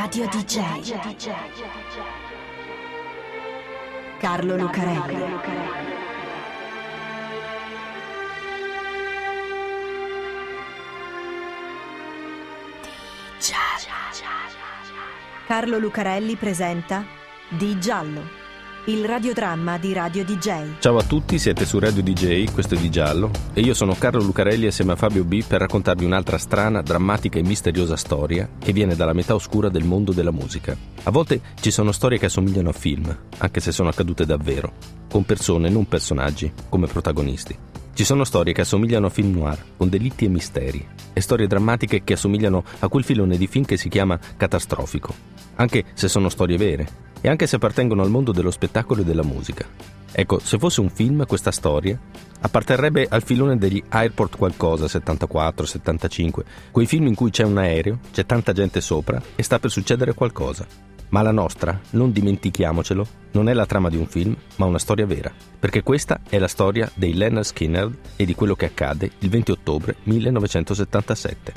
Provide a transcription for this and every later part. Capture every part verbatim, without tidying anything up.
Radio D J Carlo Lucarelli. Carlo Lucarelli presenta Di Giallo, il radiodramma di Radio D J. Ciao a tutti, siete su Radio D J, questo è Di Giallo e io sono Carlo Lucarelli assieme a Fabio B per raccontarvi un'altra strana, drammatica e misteriosa storia che viene dalla metà oscura del mondo della musica. A volte ci sono storie che assomigliano a film, anche se sono accadute davvero, con persone, non personaggi, come protagonisti. Ci sono storie che assomigliano a film noir, con delitti e misteri, e storie drammatiche che assomigliano a quel filone di film che si chiama catastrofico, anche se sono storie vere, e anche se appartengono al mondo dello spettacolo e della musica. Ecco, se fosse un film, questa storia apparterrebbe al filone degli Airport qualcosa, settantaquattro settantacinque, quei film in cui c'è un aereo, c'è tanta gente sopra e sta per succedere qualcosa. Ma la nostra, non dimentichiamocelo, non è la trama di un film, ma una storia vera, perché questa è la storia dei Lynyrd Skynyrd e di quello che accade il venti ottobre millenovecentosettantasette.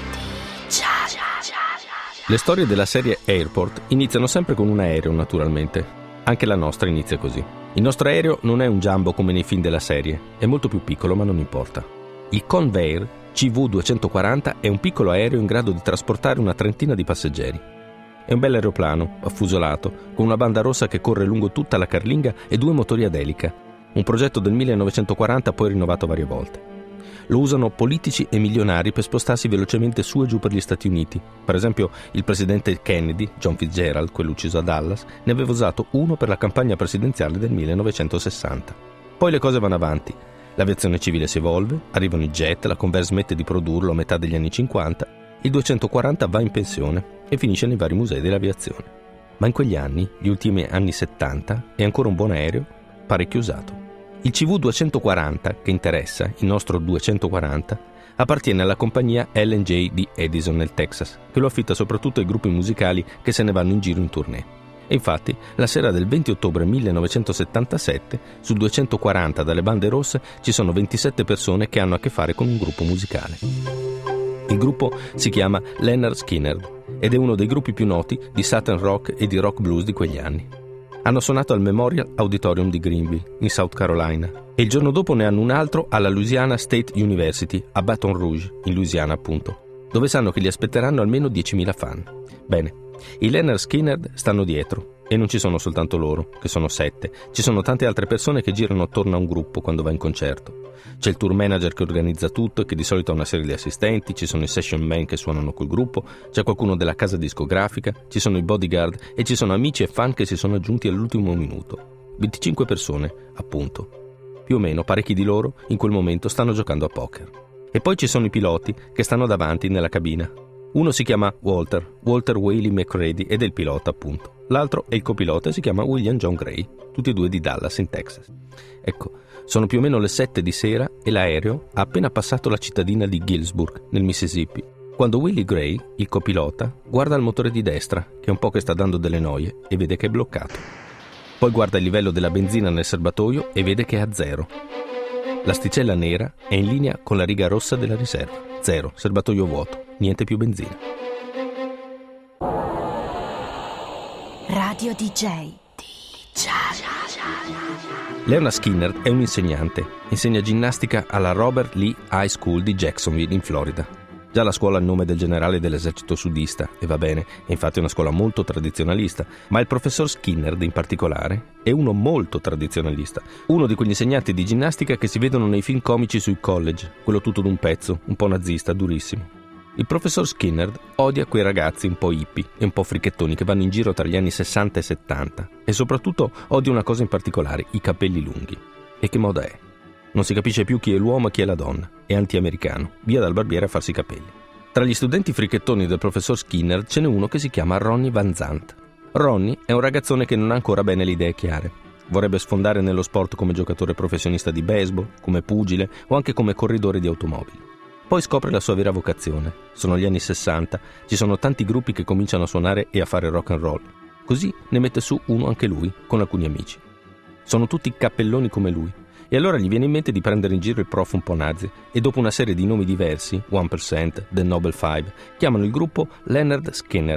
Le storie della serie Airport iniziano sempre con un aereo, naturalmente. Anche la nostra inizia così. Il nostro aereo non è un jumbo come nei film della serie, è molto più piccolo, ma non importa. Il Convair C V duecentoquaranta è un piccolo aereo in grado di trasportare una trentina di passeggeri. È un bel aeroplano, affusolato, con una banda rossa che corre lungo tutta la carlinga e due motori ad elica. Un progetto del millenovecentoquaranta poi rinnovato varie volte. Lo usano politici e milionari per spostarsi velocemente su e giù per gli Stati Uniti. Per esempio, il presidente Kennedy, John Fitzgerald, quello ucciso a Dallas, ne aveva usato uno per la campagna presidenziale del millenovecentosessanta. Poi le cose vanno avanti. L'aviazione civile si evolve, arrivano i jet, la Convair smette di produrlo a metà degli anni cinquanta, il duecentoquaranta va in pensione e finisce nei vari musei dell'aviazione. Ma in quegli anni, gli ultimi anni settanta, è ancora un buon aereo, parecchio usato. Il C V duecentoquaranta, che interessa, il nostro duecentoquaranta, appartiene alla compagnia L and J di Edison nel Texas, che lo affitta soprattutto ai gruppi musicali che se ne vanno in giro in tournée. E infatti, la sera del venti ottobre millenovecentosettantasette, su duecentoquaranta dalle bande rosse ci sono ventisette persone che hanno a che fare con un gruppo musicale. Il gruppo si chiama Lynyrd Skynyrd ed è uno dei gruppi più noti di Southern rock e di rock blues di quegli anni. Hanno suonato al Memorial Auditorium di Greenville, in South Carolina, e il giorno dopo ne hanno un altro alla Louisiana State University, a Baton Rouge, in Louisiana appunto, dove sanno che li aspetteranno almeno diecimila fan. Bene, i Lynyrd Skynyrd stanno dietro, e non ci sono soltanto loro, che sono sette, ci sono tante altre persone che girano attorno a un gruppo quando va in concerto. C'è il tour manager che organizza tutto e che di solito ha una serie di assistenti, ci sono i session man che suonano col gruppo, c'è qualcuno della casa discografica, ci sono i bodyguard e ci sono amici e fan che si sono aggiunti all'ultimo minuto. venticinque persone, appunto. Più o meno parecchi di loro in quel momento stanno giocando a poker. E poi ci sono i piloti che stanno davanti nella cabina. Uno si chiama Walter, Walter Whaley McCready ed è il pilota appunto. L'altro è il copilota e si chiama William John Gray, tutti e due di Dallas in Texas. Ecco, sono più o meno le sette di sera e l'aereo ha appena passato la cittadina di Gillsburg, nel Mississippi, quando Willie Gray, il copilota, guarda il motore di destra, che è un po' che sta dando delle noie, e vede che è bloccato. Poi guarda il livello della benzina nel serbatoio e vede che è a zero. L'asticella nera è in linea con la riga rossa della riserva. Zero, serbatoio vuoto, niente più benzina. Radio D J. Lynyrd Skynyrd è un insegnante, insegna ginnastica alla Robert Lee High School di Jacksonville in Florida. Già la scuola ha il nome del generale dell'esercito sudista, e va bene, è infatti una scuola molto tradizionalista, ma il professor Skynyrd in particolare è uno molto tradizionalista, uno di quegli insegnanti di ginnastica che si vedono nei film comici sui college, quello tutto d'un pezzo, un po' nazista, durissimo. Il professor Skynyrd odia quei ragazzi un po' hippie e un po' fricchettoni che vanno in giro tra gli anni sessanta e settanta e soprattutto odia una cosa in particolare, i capelli lunghi. E che moda è? Non si capisce più chi è l'uomo e chi è la donna. È anti-americano, via dal barbiere a farsi i capelli. Tra gli studenti fricchettoni del professor Skynyrd ce n'è uno che si chiama Ronnie Van Zant. Ronnie è un ragazzone che non ha ancora bene le idee chiare. Vorrebbe sfondare nello sport come giocatore professionista di baseball, come pugile o anche come corridore di automobili. Poi scopre la sua vera vocazione. Sono gli anni sessanta, ci sono tanti gruppi che cominciano a suonare e a fare rock and roll. Così ne mette su uno anche lui, con alcuni amici. Sono tutti cappelloni come lui. E allora gli viene in mente di prendere in giro il prof un po' nazi e dopo una serie di nomi diversi, one percent, The Noble Five, chiamano il gruppo Lynyrd Skynyrd,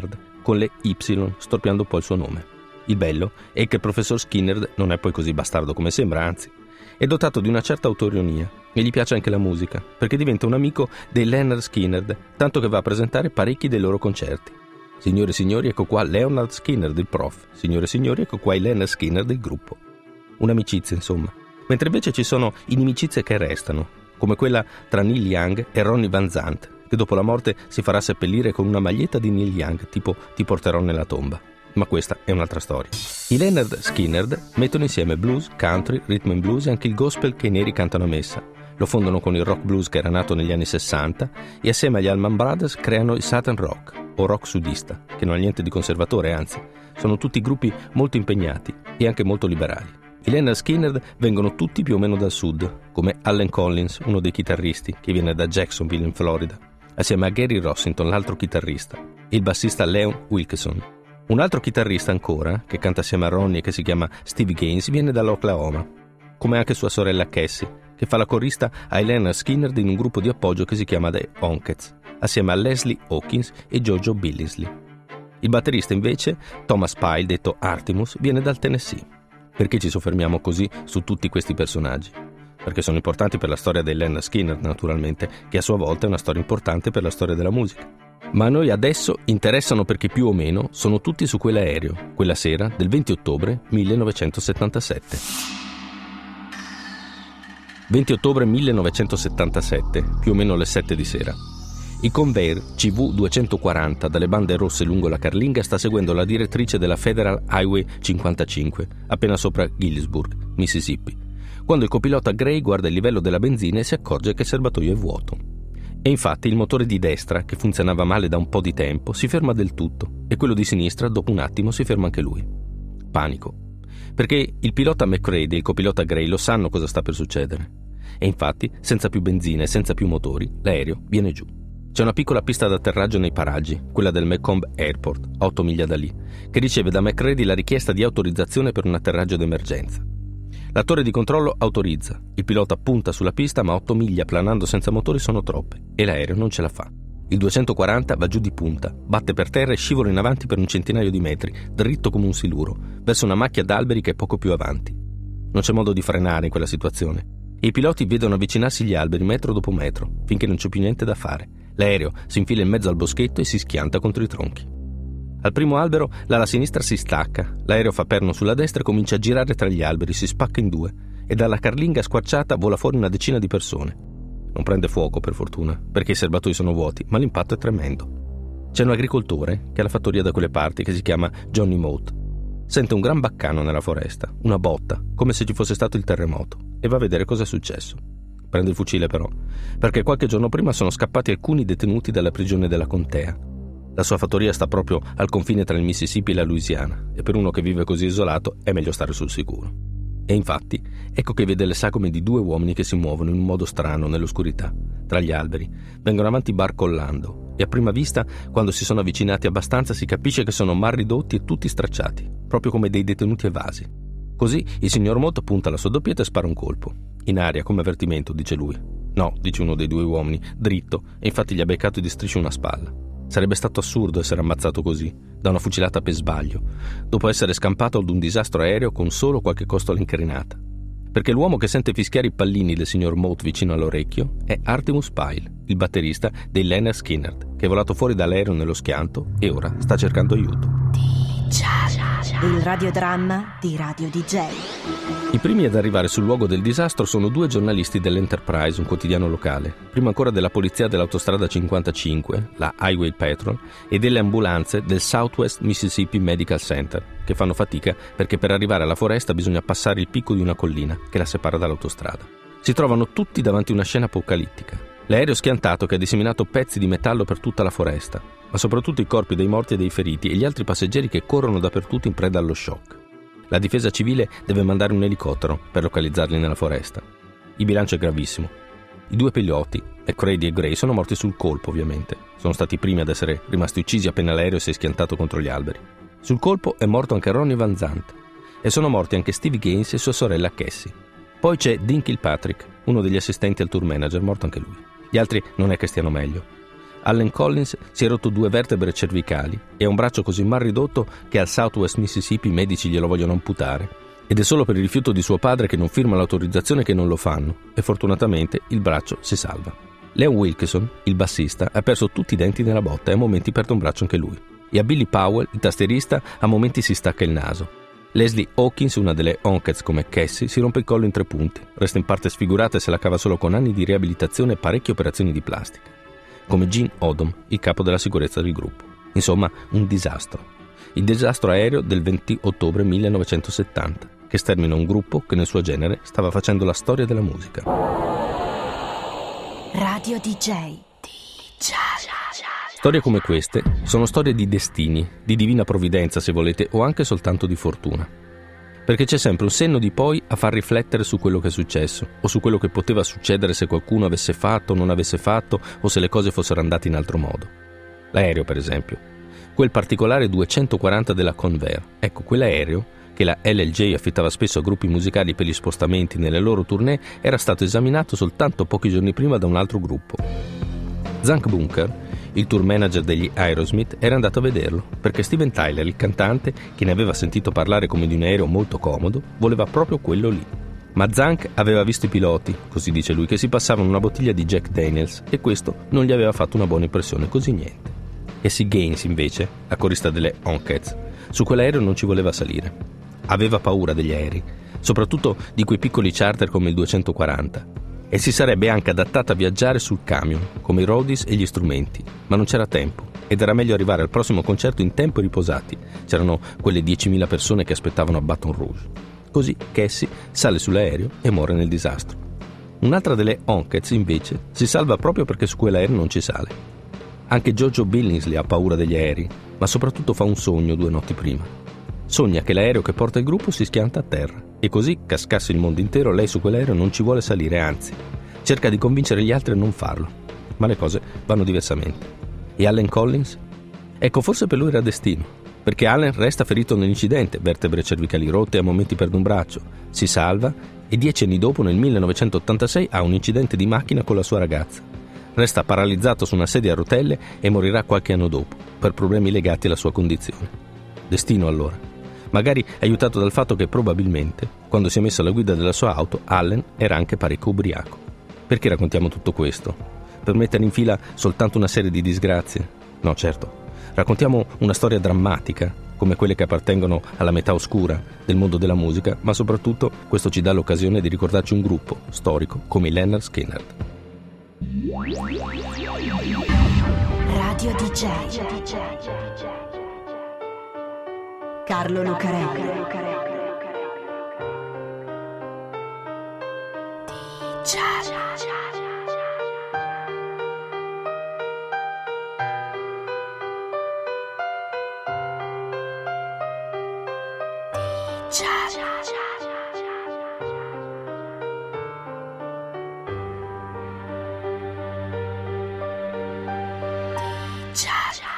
con le Y, storpiando un po' il suo nome. Il bello è che il professor Skinner non è poi così bastardo come sembra, anzi, è dotato di una certa autoironia e gli piace anche la musica, perché diventa un amico dei Lynyrd Skynyrd, tanto che va a presentare parecchi dei loro concerti. Signore e signori, ecco qua Leonard Skinner, il prof. Signore e signori, ecco qua i Lynyrd Skynyrd, il gruppo. Un'amicizia, insomma. Mentre invece ci sono inimicizie che restano, come quella tra Neil Young e Ronnie Van Zant, che dopo la morte si farà seppellire con una maglietta di Neil Young, tipo "ti porterò nella tomba". Ma questa è un'altra storia. I Lynyrd Skynyrd mettono insieme blues, country, rhythm and blues e anche il gospel che i neri cantano a messa. Lo fondono con il rock blues che era nato negli anni sessanta e assieme agli Allman Brothers creano il Southern Rock, o rock sudista, che non ha niente di conservatore, anzi, sono tutti gruppi molto impegnati e anche molto liberali. I Lynyrd Skynyrd vengono tutti più o meno dal sud, come Allen Collins, uno dei chitarristi, che viene da Jacksonville in Florida, assieme a Gary Rossington, l'altro chitarrista, e il bassista Leon Wilkeson. Un altro chitarrista ancora, che canta assieme a Ronnie e che si chiama Steve Gaines, viene dall'Oklahoma, come anche sua sorella Cassie, che fa la corista ai Lynyrd Skynyrd in un gruppo di appoggio che si chiama The Onkets, assieme a Leslie Hawkins e Jojo Billingsley. Il batterista invece, Thomas Pyle, detto Artemus, viene dal Tennessee. Perché ci soffermiamo così su tutti questi personaggi? Perché sono importanti per la storia dei Lynyrd Skynyrd, naturalmente, che a sua volta è una storia importante per la storia della musica. Ma a noi adesso interessano perché più o meno sono tutti su quell'aereo, quella sera del venti ottobre millenovecentosettantasette. venti ottobre millenovecentosettantasette, più o meno le sette di sera. Il Convair C V duecentoquaranta dalle bande rosse lungo la carlinga sta seguendo la direttrice della Federal Highway cinquantacinque, appena sopra Gillisburg, Mississippi, quando il copilota Gray guarda il livello della benzina e si accorge che il serbatoio è vuoto. E infatti il motore di destra, che funzionava male da un po' di tempo, si ferma del tutto e quello di sinistra, dopo un attimo, si ferma anche lui. Panico. Perché il pilota McCready e il copilota Gray lo sanno cosa sta per succedere. E infatti, senza più benzina e senza più motori, l'aereo viene giù. C'è una piccola pista d'atterraggio nei paraggi, quella del Macomb Airport, a otto miglia da lì, che riceve da McCready la richiesta di autorizzazione per un atterraggio d'emergenza. La torre di controllo autorizza, il pilota punta sulla pista, ma otto miglia planando senza motori sono troppe e l'aereo non ce la fa. Il duecentoquaranta va giù di punta, batte per terra e scivola in avanti per un centinaio di metri, dritto come un siluro, verso una macchia d'alberi che è poco più avanti. Non c'è modo di frenare in quella situazione. E i piloti vedono avvicinarsi gli alberi metro dopo metro, finché non c'è più niente da fare. L'aereo si infila in mezzo al boschetto e si schianta contro i tronchi. Al primo albero l'ala sinistra si stacca, l'aereo fa perno sulla destra e comincia a girare tra gli alberi, si spacca in due e dalla carlinga squarciata vola fuori una decina di persone. Non prende fuoco, per fortuna, perché i serbatoi sono vuoti, ma l'impatto è tremendo. C'è un agricoltore che ha la fattoria da quelle parti che si chiama Johnny Mote. Sente un gran baccano nella foresta, una botta, come se ci fosse stato il terremoto, e va a vedere cosa è successo. Prende il fucile però, perché qualche giorno prima sono scappati alcuni detenuti dalla prigione della contea. La sua fattoria sta proprio al confine tra il Mississippi e la Louisiana e per uno che vive così isolato è meglio stare sul sicuro. E infatti ecco che vede le sagome di due uomini che si muovono in un modo strano nell'oscurità, tra gli alberi, vengono avanti barcollando e a prima vista, quando si sono avvicinati abbastanza, si capisce che sono mal ridotti e tutti stracciati, proprio come dei detenuti evasi. Così il signor Mott punta la sua doppietta e spara un colpo. In aria, come avvertimento, dice lui. No, dice uno dei due uomini, dritto, e infatti gli ha beccato di striscio una spalla. Sarebbe stato assurdo essere ammazzato così, da una fucilata per sbaglio, dopo essere scampato ad un disastro aereo con solo qualche costola incarinata. Perché l'uomo che sente fischiare i pallini del signor Mote vicino all'orecchio è Artemus Pyle, il batterista dei Lynyrd Skynyrd, che è volato fuori dall'aereo nello schianto e ora sta cercando aiuto. Il radiodramma di Radio D J. I primi ad arrivare sul luogo del disastro sono due giornalisti dell'Enterprise, un quotidiano locale, prima ancora della polizia dell'autostrada cinquantacinque, la Highway Patrol, e delle ambulanze del Southwest Mississippi Medical Center, che fanno fatica perché per arrivare alla foresta bisogna passare il picco di una collina che la separa dall'autostrada. Si trovano tutti davanti a una scena apocalittica. L'aereo schiantato che ha disseminato pezzi di metallo per tutta la foresta, ma soprattutto i corpi dei morti e dei feriti e gli altri passeggeri che corrono dappertutto in preda allo shock. La difesa civile deve mandare un elicottero per localizzarli nella foresta. Il bilancio è gravissimo. I due piloti, McCready e Gray, sono morti sul colpo, ovviamente. Sono stati i primi ad essere rimasti uccisi appena l'aereo si è schiantato contro gli alberi. Sul colpo è morto anche Ronnie Van Zant e sono morti anche Steve Gaines e sua sorella Cassie. Poi c'è Dean Kilpatrick, uno degli assistenti al tour manager, morto anche lui. Gli altri non è che stiano meglio. Allen Collins si è rotto due vertebre cervicali e ha un braccio così mal ridotto che al Southwest Mississippi i medici glielo vogliono amputare. Ed è solo per il rifiuto di suo padre che non firma l'autorizzazione che non lo fanno, e fortunatamente il braccio si salva. Leon Wilkeson, il bassista, ha perso tutti i denti nella botta e a momenti perde un braccio anche lui. E a Billy Powell, il tastierista, a momenti si stacca il naso. Leslie Hawkins, una delle Onkets come Cassie, si rompe il collo in tre punti, resta in parte sfigurata e se la cava solo con anni di riabilitazione e parecchie operazioni di plastica. Come Gene Odom, il capo della sicurezza del gruppo. Insomma, un disastro. Il disastro aereo del venti ottobre millenovecentosettanta, che stermina un gruppo che nel suo genere stava facendo la storia della musica. Radio D J. D J. Storie come queste sono storie di destini, di divina provvidenza se volete, o anche soltanto di fortuna. Perché c'è sempre un senno di poi a far riflettere su quello che è successo, o su quello che poteva succedere se qualcuno avesse fatto o non avesse fatto, o se le cose fossero andate in altro modo. L'aereo, per esempio. Quel particolare duecentoquaranta della Convair. Ecco, quell'aereo, che la L L J affittava spesso a gruppi musicali per gli spostamenti nelle loro tournée, era stato esaminato soltanto pochi giorni prima da un altro gruppo. Zank Bunker, il tour manager degli Aerosmith, era andato a vederlo, perché Steven Tyler, il cantante, che ne aveva sentito parlare come di un aereo molto comodo, voleva proprio quello lì. Ma Zank aveva visto i piloti, così dice lui, che si passavano una bottiglia di Jack Daniels e questo non gli aveva fatto una buona impressione, così niente. Essie Gaines, invece, la corista delle Onkets, su quell'aereo non ci voleva salire. Aveva paura degli aerei, soprattutto di quei piccoli charter come il duecentoquaranta, e si sarebbe anche adattata a viaggiare sul camion, come i roadies e gli strumenti, ma non c'era tempo, ed era meglio arrivare al prossimo concerto in tempo e riposati. C'erano quelle diecimila persone che aspettavano a Baton Rouge. Così Cassie sale sull'aereo e muore nel disastro. Un'altra delle Onkets, invece, si salva proprio perché su quell'aereo non ci sale. Anche Jojo Billingsley ha paura degli aerei, ma soprattutto fa un sogno due notti prima. Sogna che l'aereo che porta il gruppo si schianta a terra e così, cascasse il mondo intero, lei su quell'aereo non ci vuole salire, anzi, cerca di convincere gli altri a non farlo. Ma le cose vanno diversamente. E Allen Collins? Ecco, forse per lui era destino, perché Allen resta ferito nell'incidente, vertebre cervicali rotte e a momenti perde un braccio, si salva e dieci anni dopo, nel millenovecentottantasei, ha un incidente di macchina con la sua ragazza. Resta paralizzato su una sedia a rotelle e morirà qualche anno dopo, per problemi legati alla sua condizione. Destino allora. Magari aiutato dal fatto che probabilmente, quando si è messo alla guida della sua auto, Allen era anche parecchio ubriaco. Perché raccontiamo tutto questo? Per mettere in fila soltanto una serie di disgrazie? No, certo. Raccontiamo una storia drammatica, come quelle che appartengono alla metà oscura del mondo della musica, ma soprattutto questo ci dà l'occasione di ricordarci un gruppo storico come i Lynyrd Skynyrd. Radio D J. Carlo Lucarelli. D J. D J.